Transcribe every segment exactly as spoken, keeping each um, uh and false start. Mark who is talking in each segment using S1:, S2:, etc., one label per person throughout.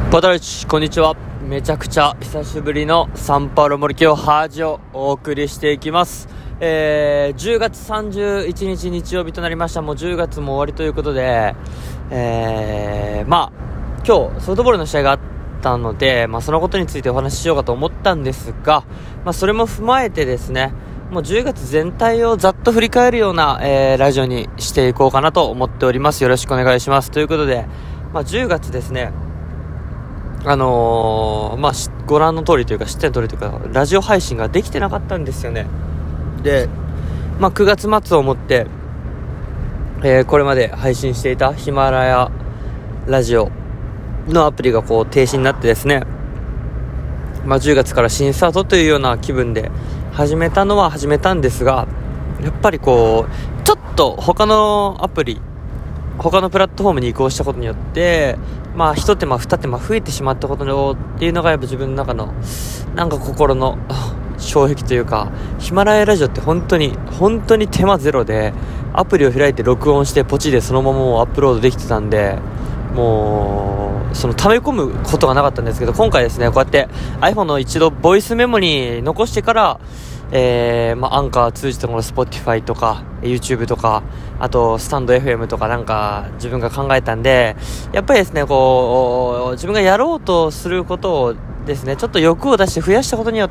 S1: パタルチ、こんにちは。めちゃくちゃ久しぶりのサンパウロモルキオハージをお送りしていきます。えー、じゅうがつさんじゅういちにち日曜日となりました。もうじゅうがつも終わりということで、えー、まあ今日ソフトボールの試合があったので、まあそのことについてお話ししようかと思ったんですが、まあそれも踏まえてですね、もうじゅうがつ全体をざっと振り返るような、えー、ラジオにしていこうかなと思っております。よろしくお願いします。ということで、まあじゅうがつですね、あのー、まあご覧の通りというか知っての通りというかラジオ配信ができてなかったんですよね。で、まあくがつ末をもって、えー、これまで配信していたヒマラヤラジオのアプリがこう停止になってですね、まあじゅうがつから新スタートというような気分で始めたのは始めたんですが、やっぱりこうちょっと他のアプリ他のプラットフォームに移行したことによって、まあ一手間二手間増えてしまったことっていうのがやっぱ自分の中のなんか心の障壁というか、ヒマラヤラジオって本当に本当に手間ゼロで、アプリを開いて録音してポチでそのままもうアップロードできてたんで、もうその溜め込むことがなかったんですけど、今回ですね、こうやって iPhone の一度ボイスメモに残してからえー、まあ、アンカー通じてこの Spotify とか YouTube とか、あとスタンド エフエム とかなんか自分が考えたんで、やっぱりですね、こう自分がやろうとすることをですね、ちょっと欲を出して増やしたことによって、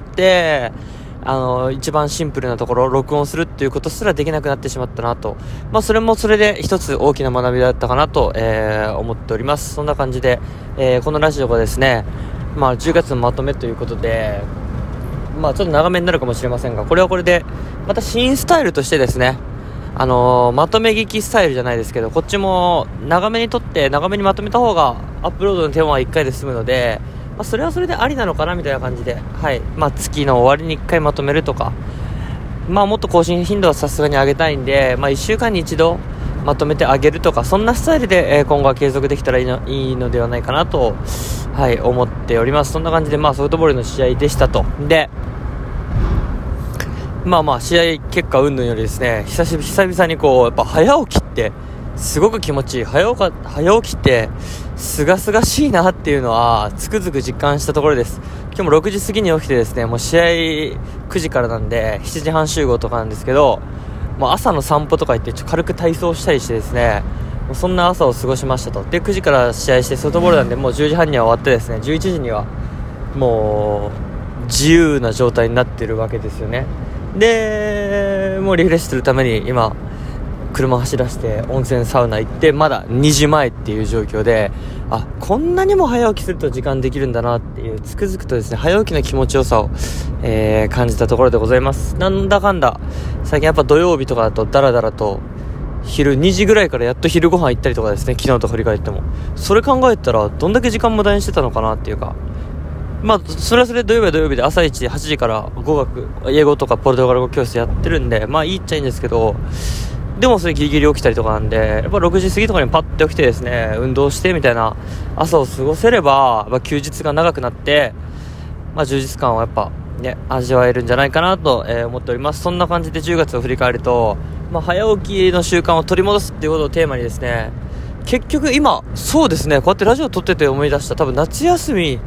S1: あの一番シンプルなところ録音するっていうことすらできなくなってしまったなと、まあそれもそれで一つ大きな学びだったかなと、えー、思っております。そんな感じで、えー、このラジオがですね、まあじゅうがつのまとめということで、まあちょっと長めになるかもしれませんが、これはこれでまた新スタイルとしてですね、あのー、まとめ聞きスタイルじゃないですけど、こっちも長めに撮って長めにまとめた方がアップロードの手間はいっかいで済むので、まあ、それはそれでありなのかなみたいな感じで、はい、まあ月の終わりにいっかいまとめるとか、まあもっと更新頻度はさすがに上げたいんで、まあいっしゅうかんに一度まとめてあげるとか、そんなスタイルで、えー、今後は継続できたらいいの、いいのではないかなと、はい、思っております。そんな感じで、まあソフトボールの試合でしたと。で、まあまあ試合結果云々よりですね、久し久々にこうやっぱ早起きってすごく気持ちいい。早起か早起きってすがすがしいなっていうのはつくづく実感したところです。今日もろくじ過ぎに起きてですね、もう試合くじからなんでしちじはん集合とかなんですけど、もう朝の散歩とか行ってちょ軽く体操したりしてですね、もうそんな朝を過ごしましたと。でくじから試合してソフトボールなんで、もうじゅうじはんには終わってですね、じゅういちじにはもう自由な状態になってるわけですよね。でもうリフレッシュするために今車走らせて温泉サウナ行って、まだにじまえっていう状況で、あ、こんなにも早起きすると時間できるんだなっていう、つくづくとですね、早起きの気持ちよさを、えー、感じたところでございます。なんだかんだ最近やっぱ土曜日とかだとダラダラと昼にじぐらいからやっと昼ご飯行ったりとかですね、昨日と振り返ってもそれ考えたらどんだけ時間無駄にしてたのかなっていうか、まあそれはそれで土曜日は土曜日で朝一はちじから語学、英語とかポルトガル語教室やってるんで、まあいいっちゃいいんですけど、でもそれギリギリ起きたりとかなんで、やっぱろくじ過ぎとかにパッて起きてですね、運動してみたいな朝を過ごせれば、まあ、休日が長くなって、まあ充実感をやっぱね味わえるんじゃないかなと、えー、思っております。そんな感じでじゅうがつを振り返ると、まあ早起きの習慣を取り戻すっていうことをテーマにですね、結局今そうですね、こうやってラジオ撮ってて思い出した、多分夏休み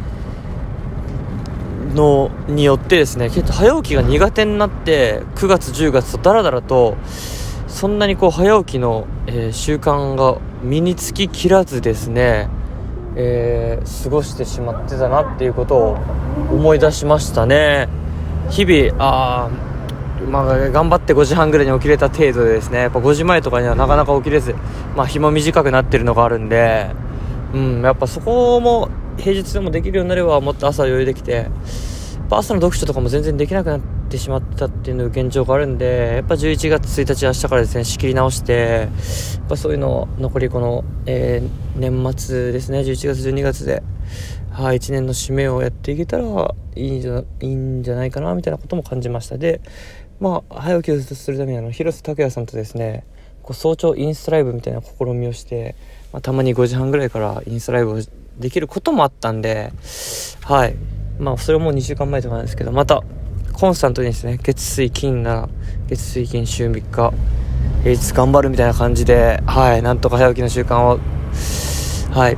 S1: のによってですね、結構早起きが苦手になってくがつじゅうがつとダラダラとそんなにこう早起きの、えー、習慣が身につききらずですね、えー、過ごしてしまってたなっていうことを思い出しましたね。日々あー、まあ、頑張ってごじはんぐらいに起きれた程度でですね、やっぱごじまえとかにはなかなか起きれず、まあ日も短くなってるのがあるんで、うん、やっぱそこも平日でもできるようになればもっと朝余裕できて、朝の読書とかも全然できなくなってしまったっていうの現状があるんで、やっぱじゅういちがつついたち明日からですね仕切り直して、やっぱそういうのを残りこの、えー、年末ですね、じゅういちがつじゅうにがつで、はい、いちねんの締めをやっていけたらいいんじゃ、いいんじゃないかなみたいなことも感じました。で、まあ早起きをするためにあの広瀬拓也さんとですね、こう早朝インスタライブみたいな試みをして、まあ、たまにごじはんぐらいからインスタライブをできることもあったんで、はい、まあそれもにしゅうかんまえとかなんですけど、またコンスタントにですね、月水金なら月水金週みっか平日頑張るみたいな感じで、はい、なんとか早起きの習慣をはい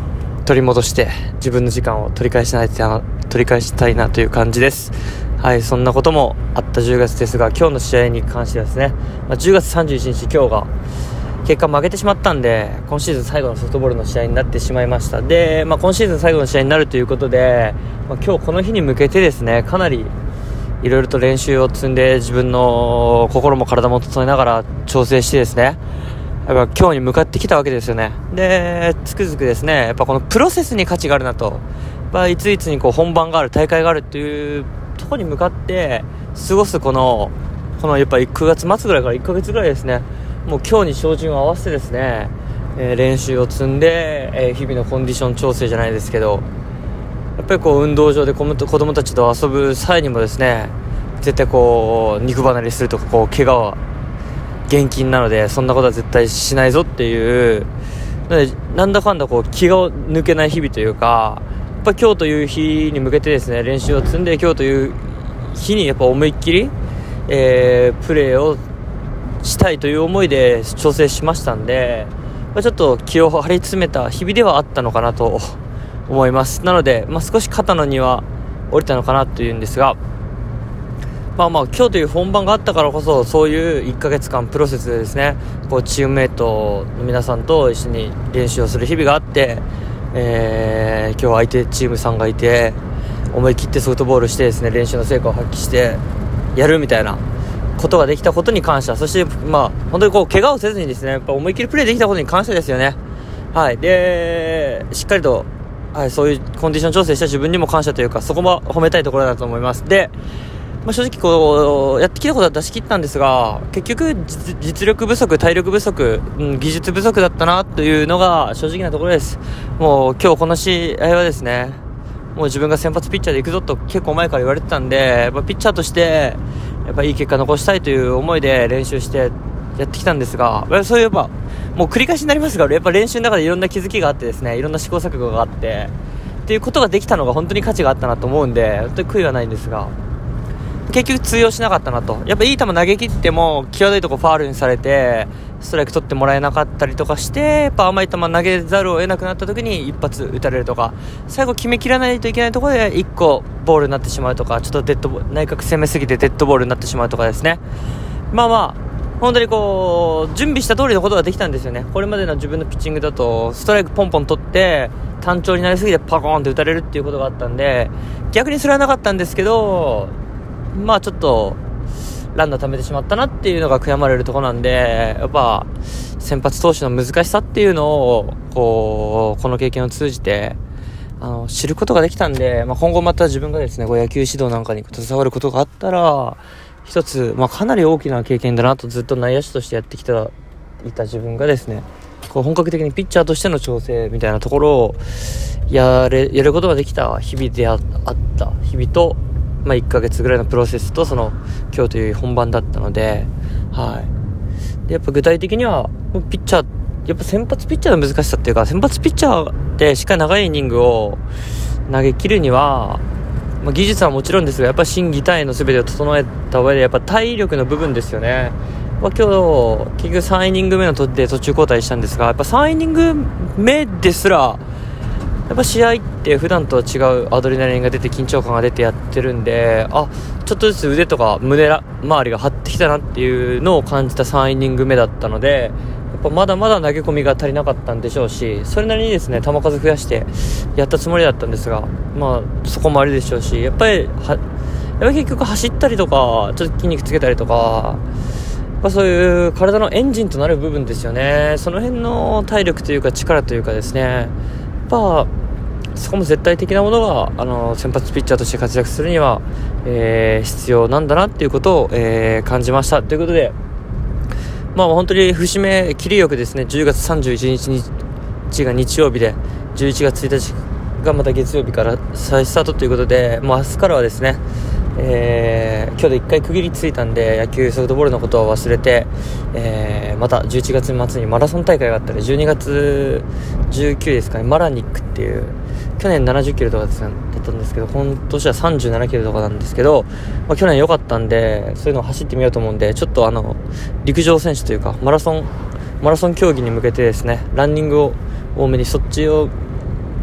S1: 取り戻して自分の時間を取り返しないと取り返したいなという感じです。はい、そんなこともあったじゅうがつですが、今日の試合に関してはですね、まあ、じゅうがつさんじゅういちにち今日が結果負けてしまったんで、今シーズン最後のソフトボールの試合になってしまいました。で、まあ、今シーズン最後の試合になるということで、まあ、今日この日に向けてですね、かなりいろいろと練習を積んで自分の心も体も整えながら調整してですね、やっぱ今日に向かってきたわけですよね。で、つくづくですね、やっぱこのプロセスに価値があるなと、やっぱいついつにこう本番がある、大会があるっていうところに向かって過ごすこのこのやっぱりくがつ末ぐらいからいっかげつぐらいですね、もう今日に照準を合わせてですね、えー、練習を積んで、えー、日々のコンディション調整じゃないですけど、やっぱりこう運動場で子供たちと遊ぶ際にもですね、絶対こう肉離れするとかこう怪我は厳禁なので、そんなことは絶対しないぞっていう、なのでなんだかんだこう気が抜けない日々というか、やっぱ今日という日に向けてですね、練習を積んで今日という日にやっぱ思いっきり、えー、プレーをしたいという思いで調整しましたんで、まあ、ちょっと気を張り詰めた日々ではあったのかなと思います。なので、まあ、少し肩の荷は下りたのかなというんですが、まあまあ今日という本番があったからこそ、そういういっかげつかんプロセスでですね、こうチームメイトの皆さんと一緒に練習をする日々があって、えー、今日相手チームさんがいて思い切ってソフトボールしてですね、練習の成果を発揮してやるみたいなことができたことに感謝、そしてまあ本当にこう怪我をせずにですね、やっぱ思い切りプレーできたことに感謝ですよね。はい。で、しっかりと、はい、そういうコンディション調整した自分にも感謝というか、そこも褒めたいところだと思います。で、まあ、正直こうやってきたことは出し切ったんですが、結局実力不足、体力不足、うん、技術不足だったなというのが正直なところです。もう今日この試合はですね、もう自分が先発ピッチャーで行くぞと結構前から言われてたんで、やっぱピッチャーとしてやっぱいい結果残したいという思いで練習してやってきたんですが、そういえばもう繰り返しになりますが、やっぱ練習の中でいろんな気づきがあってですね、いろんな試行錯誤があってっていうことができたのが本当に価値があったなと思うんで、本当に悔いはないんですが、結局通用しなかったなと。やっぱいい球投げ切っても際どいとこファールにされてストライク取ってもらえなかったりとかして、やっぱ甘い球投げざるを得なくなった時に一発打たれるとか、最後決めきらないといけないところでいっこボールになってしまうとか、ちょっとデッドボ内角攻めすぎてデッドボールになってしまうとかですね。まあまあ本当にこう準備した通りのことができたんですよね。これまでの自分のピッチングだとストライクポンポン取って単調になりすぎてパコーンって打たれるっていうことがあったんで、逆にそれはなかったんですけど、まあちょっとランナー溜めてしまったなっていうのが悔やまれるところなんで、やっぱ先発投手の難しさっていうのをこうこの経験を通じてあの知ることができたんで、まあ、今後また自分がですねこう野球指導なんかに携わることがあったら一つ、まあ、かなり大きな経験だなと、ずっと内野手としてやってきたいた自分がですね、こう本格的にピッチャーとしての調整みたいなところをやれやることができた日々であった日々と、まあ、いっかげつぐらいのプロセスとその今日という本番だったので、はい。でやっぱ具体的にはピッチャー、やっぱ先発ピッチャーの難しさっていうか、先発ピッチャーでしっかり長いイニングを投げ切るには、まあ、技術はもちろんですが、やっぱ心技体の全てを整えた上でやっぱ体力の部分ですよね。まあ、今日結局さんイニング目の途で途中交代したんですが、やっぱさんイニング目ですらやっぱ試合って普段とは違うアドレナリンが出て緊張感が出てやってるんで、あ、ちょっとずつ腕とか胸ら周りが張ってきたなっていうのを感じたさんイニング目だったので、やっぱまだまだ投げ込みが足りなかったんでしょうし、それなりにですね球数増やしてやったつもりだったんですが、まあそこもありでしょうし、やっぱりはやっぱり結局走ったりとかちょっと筋肉つけたりとか、やっぱそういう体のエンジンとなる部分ですよね。その辺の体力というか力というかですね、やっぱそこも絶対的なものがあの先発ピッチャーとして活躍するには、えー、必要なんだなっていうことを、えー、感じました。ということで、まあ本当に節目切りよくですね、じゅうがつさんじゅういちにちが日曜日でじゅういちがつついたちがまた月曜日から再スタートということで、もう明日からはですね、えー、今日でいっかい区切りついたんで、野球ソフトボールのことを忘れて、えー、またじゅういちがつ末にマラソン大会があったり、じゅうにがつじゅうくにちですかね、マラニックっていう去年ななじゅっキロとかだったんですけど、今年はさんじゅうななキロとかなんですけど、まあ、去年良かったんでそういうのを走ってみようと思うんで、ちょっとあの陸上選手というかマラソンマラソン競技に向けてですね、ランニングを多めにそっちを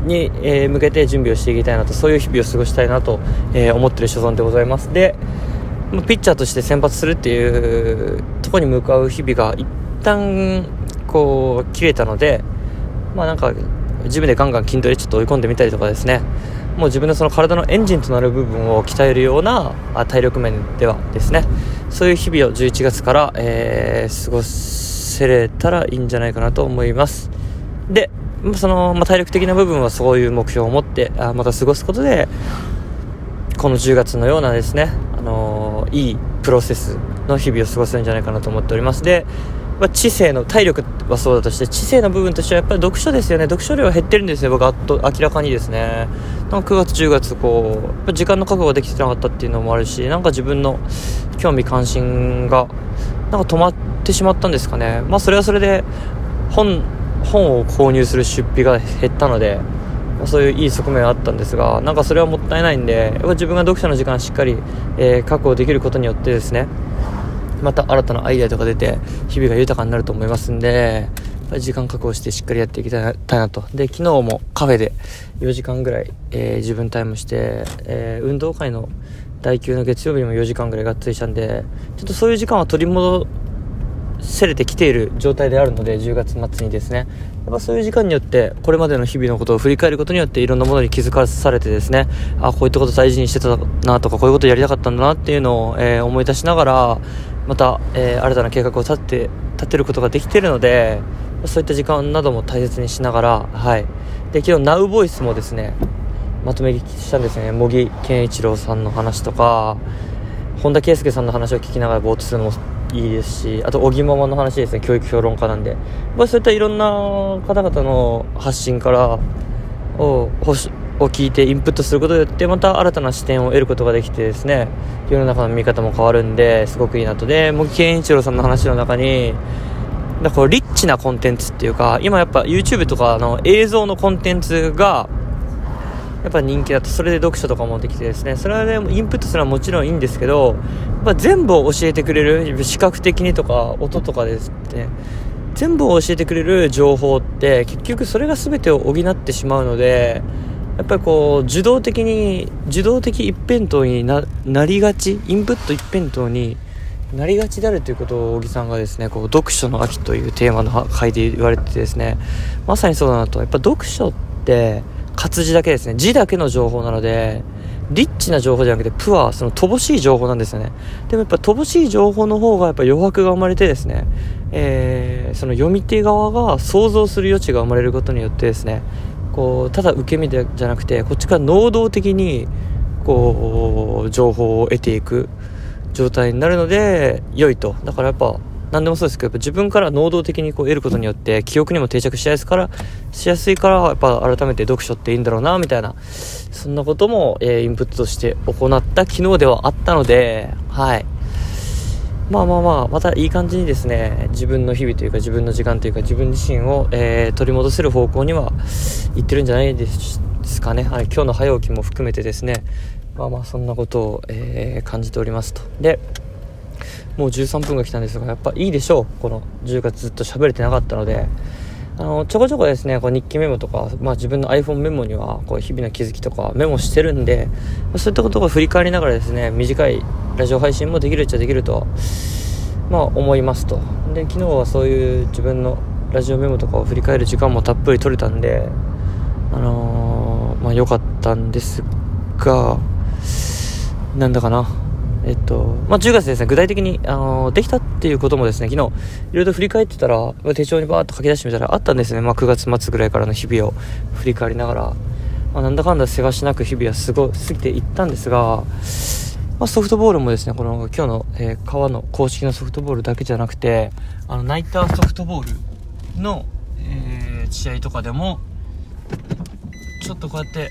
S1: に、えー、向けて準備をしていきたいなと、そういう日々を過ごしたいなと、えー、思っている所存でございます。で、ピッチャーとして先発するっていうところに向かう日々が一旦こう切れたので、まあなんかジムでガンガン筋トレちょっと追い込んでみたりとかですね、もう自分のその体のエンジンとなる部分を鍛えるような体力面ではですね、そういう日々をじゅういちがつから、えー、過ごせれたらいいんじゃないかなと思います。で、その、まあ、体力的な部分はそういう目標を持ってあまた過ごすことで、このじゅうがつのようなですね、あのー、いいプロセスの日々を過ごせるんじゃないかなと思っております。で、まあ、知性の体力はそうだとして、知性の部分としてはやっぱり読書ですよね。読書量は減ってるんですよ、僕は明らかにですね。なんかくがつじゅうがつこう時間の確保ができてなかったっていうのもあるし、なんか自分の興味関心がなんか止まってしまったんですかね。まあそれはそれで本本を購入する出費が減ったので、まあ、そういういい側面はあったんですが、なんかそれはもったいないんで、やっぱ自分が読書の時間しっかり、えー、確保できることによってですね、また新たなアイデアとか出て日々が豊かになると思いますんで、時間確保してしっかりやっていきたいなと。で、昨日もカフェでよじかんぐらい、えー、自分タイムして、えー、運動会の第きゅうの月曜日もよじかんぐらいがっつりしたんで、ちょっとそういう時間は取り戻せれてきている状態であるので、じゅうがつ末にですね、やっぱそういう時間によってこれまでの日々のことを振り返ることによっていろんなものに気づかされてですね、あ、こういったこと大事にしてたなとか、こういうことやりたかったんだなっていうのを、えー、思い出しながら、また、えー、新たな計画を立て立てることができているので、そういった時間なども大切にしながら、はい。で、昨日 ナウボイスもですね、まとめ聞きしたんですね。茂木健一郎さんの話とか、本田圭佑さんの話を聞きながらぼーっとするのもいいですし、あと小木ママの話ですね、教育評論家なんで、まあ、そういったいろんな方々の発信からをを聞いてインプットすることによって、また新たな視点を得ることができてですね、世の中の見方も変わるんで、すごくいいなと。で、茂木健一郎さんの話の中に、だからリッチなコンテンツっていうか、今やっぱ YouTube とかの映像のコンテンツがやっぱ人気だと、それで読書とかもできてですね、それはね、インプットするのはもちろんいいんですけど、やっぱ全部を教えてくれる、視覚的にとか音とかですね、全部を教えてくれる情報って結局それが全てを補ってしまうので、やっぱりこう受動的に受動的一辺倒に な, なりがちインプット一辺倒になりがちであるということを小木さんがですね、こう読書の秋というテーマの回で言われててですね、まさにそうだなと。やっぱ読書って活字だけですね、字だけの情報なので、リッチな情報じゃなくてプア、その乏しい情報なんですよね。でもやっぱ乏しい情報の方がやっぱ余白が生まれてですね、えー、その読み手側が想像する余地が生まれることによってですね、こうただ受け身じゃなくて、こっちから能動的にこう情報を得ていく状態になるので良いと。だからやっぱ何でもそうですけど、やっぱ自分から能動的にこう得ることによって記憶にも定着しやすいからしやすいからやっぱ改めて読書っていいんだろうなみたいな、そんなことも、えー、インプットとして行った昨日ではあったので、はい、まあまあまあまたいい感じにですね、自分の日々というか自分の時間というか自分自身を、えー、取り戻せる方向には行ってるんじゃないですかね。はい、今日の早起きも含めてですね、まあまあそんなことを、えー、感じておりますと。で、もうじゅうさんぷんが来たんですが、やっぱいいでしょう。このじゅうがつずっと喋れてなかったので、あのちょこちょこですね、こう日記メモとか、まあ、自分の iPhone メモにはこう日々の気づきとかメモしてるんで、そういったことを振り返りながらですね、短いラジオ配信もできるっちゃできると、まあ、思いますと。で、昨日はそういう自分のラジオメモとかを振り返る時間もたっぷり取れたんで、あのー、まあ良かったんですが、なんだかなえっとまあ、じゅうがつですね、具体的に、あのー、できたっていうこともですね、昨日いろいろと振り返ってたら、手帳にバーッと書き出してみたらあったんですね。まあ、くがつ末ぐらいからの日々を振り返りながら、まあ、なんだかんだせがしなく日々は過ご過ぎていったんですが、まあ、ソフトボールもですね、この今日の、えー、川の公式のソフトボールだけじゃなくて、あのナイターソフトボールの、えー、試合とかでもちょっとこうやって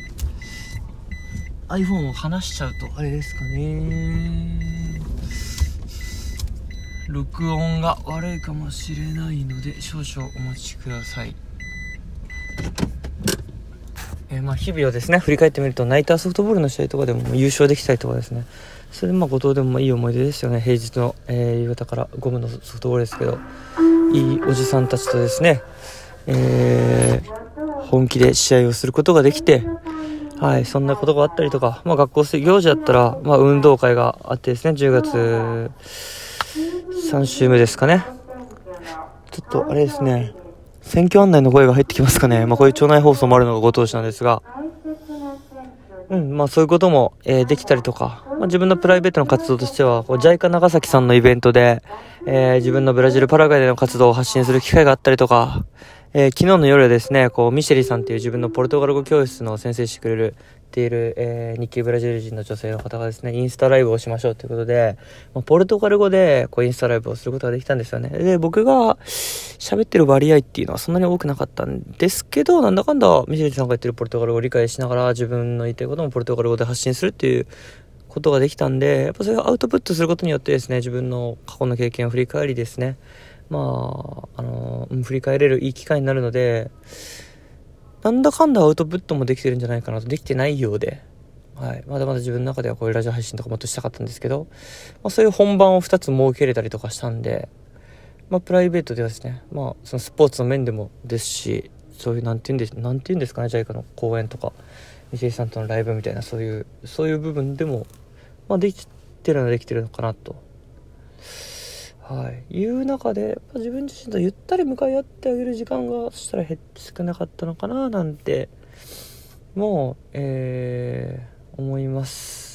S1: iPhone を離しちゃうとあれですかね、録音が悪いかもしれないので少々お待ちください。えー、まあ日々をですね振り返ってみると、ナイターソフトボールの試合とかでも優勝できたりとかですね、それまあ後藤でもいい思い出ですよね。平日の、えー、夕方からゴムのソフトボールですけど、いいおじさんたちとですね、えー、 本気で試合をすることができて、はい、そんなことがあったりとか、まあ学校行事だったら、まあ運動会があってですね、じゅうがつさん週目ですかね。ちょっとあれですね、選挙案内の声が入ってきますかね。まあこういう町内放送もあるのがご当地なんですが、うん、まあそういうことも、えー、できたりとか、まあ、自分のプライベートの活動としては、こうジャイカ長崎さんのイベントで、えー、自分のブラジル、パラグアイでの活動を発信する機会があったりとか、えー、昨日の夜ですね、こうミシェリさんっていう自分のポルトガル語教室の先生してくれるっている、えー、日系ブラジル人の女性の方がですね、インスタライブをしましょうということで、まあ、ポルトガル語でこうインスタライブをすることができたんですよね。で、僕が喋ってる割合っていうのはそんなに多くなかったんですけど、なんだかんだミシェリさんが言ってるポルトガル語を理解しながら自分の言いたいこともポルトガル語で発信するっていうことができたんで、やっぱそれをアウトプットすることによってですね、自分の過去の経験を振り返りですね、まあ、あの、うん、振り返れるいい機会になるので、なんだかんだアウトプットもできてるんじゃないかなと、できてないようで、はい、まだまだ自分の中ではこういうラジオ配信とかもっとしたかったんですけど、まあ、そういう本番をふたつ設けれたりとかしたんで、まあ、プライベートではですね、まあ、そのスポーツの面でもですし、そういうなんていうんです、なんていうんですかね、ジャイカの講演とか、ミシェルさんとのライブみたいな、そういう、そういう部分でも、まあ、できてるのはできてるのかなと。はい、いう中で自分自身とゆったり向かい合ってあげる時間がそしたら減って少なかったのかななんてもう、えー、思います。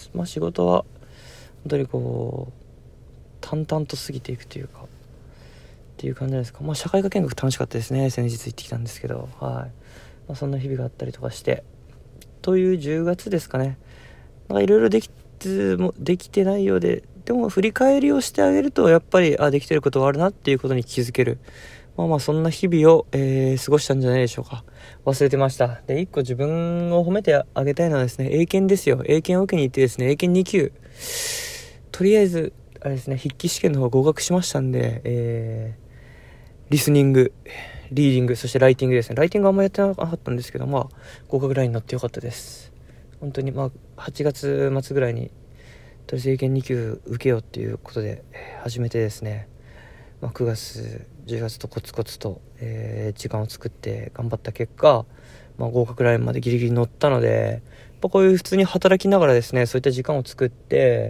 S1: まあ仕事は本当にこう淡々と過ぎていくというかっていう感じなんですか。まあ社会科見学楽しかったですね。先日行ってきたんですけど、はい、まあ、そんな日々があったりとかしてというじゅうがつですかね。なんかいろいろできてもできてないようで、でも振り返りをしてあげるとやっぱりあできてることはあるなっていうことに気づける、まあまあそんな日々を、えー、過ごしたんじゃないでしょうか。忘れてました。で一個自分を褒めてあげたいのはですね、英検ですよ。英検を受けに行ってですね、英検に級とりあえずあれですね、筆記試験の方合格しましたんで、えー、リスニング、リーディング、そしてライティングですね。ライティングあんまやってなかったんですけど、まあ合格ラインに乗ってよかったです。本当にまあはちがつ末ぐらいにとりあえず英検に級受けようっていうことで始めてですね、まあ、くがつじゅうがつとコツコツと、えー、時間を作って頑張った結果、まあ、合格ラインまでギリギリ乗ったので、やっぱこういう普通に働きながらですね、そういった時間を作って、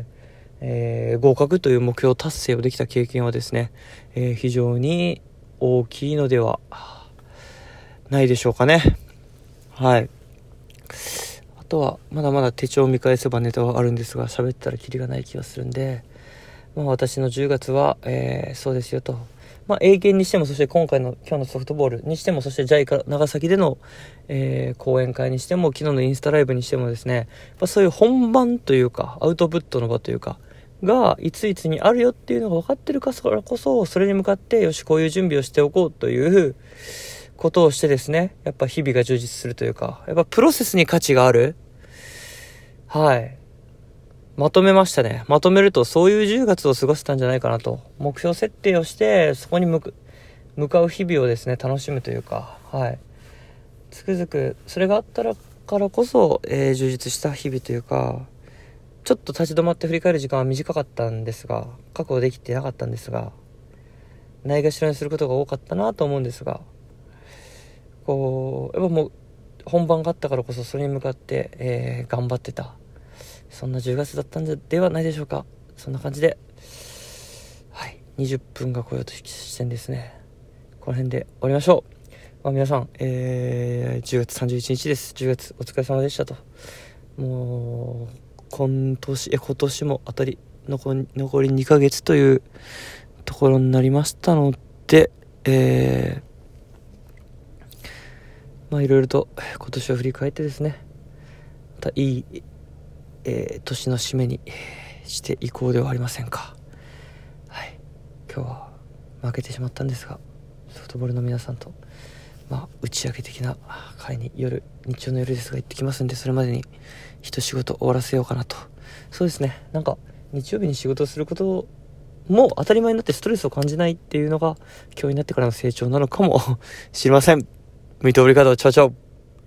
S1: えー、合格という目標達成をできた経験はですね、えー、非常に大きいのではないでしょうかね。はい。あとはまだまだ手帳を見返せばネタはあるんですが、喋ったらキリがない気がするんで、まあ、私のじゅうがつは、えー、そうですよと、まあ、英検にしても、そして今回の今日のソフトボールにしても、そしてジャイカ長崎での、えー、講演会にしても、昨日のインスタライブにしてもですね、まあ、そういう本番というかアウトプットの場というかがいついつにあるよっていうのが分かってるからこそ、それに向かってよしこういう準備をしておこうということをしてですね、やっぱ日々が充実するというか、やっぱプロセスに価値がある。はい、まとめましたね。まとめるとそういうじゅうがつを過ごせたんじゃないかなと。目標設定をしてそこに向く向かう日々をですね楽しむというか、はい、つくづくそれがあったらからこそ、えー、充実した日々というか、ちょっと立ち止まって振り返る時間は短かったんですが、確保できてなかったんですが、ないがしろにすることが多かったなと思うんですが、こうやっぱもう本番があったからこそそれに向かって、えー、頑張ってた、そんなじゅうがつだったんではないでしょうか。そんな感じで、はい、にじゅっぷんが来ようとしてんですね。この辺で終わりましょう。まあ、皆さん、えー、じゅうがつさんじゅういちにちです。じゅうがつお疲れ様でしたと。もう今年え今年も当たり残り残りにかげつというところになりましたので、えーまあいろいろと今年を振り返ってですね、またいい、えー、年の締めにしていこうではありませんか。はい、今日は負けてしまったんですが、ソフトボールの皆さんと、まあ、打ち上げ的な会に夜日曜の夜ですが行ってきますんで、それまでに一仕事終わらせようかなと。そうですね、なんか日曜日に仕事をすることも当たり前になってストレスを感じないっていうのが今日になってからの成長なのかもしれません。Muito obrigado, tchau, tchau.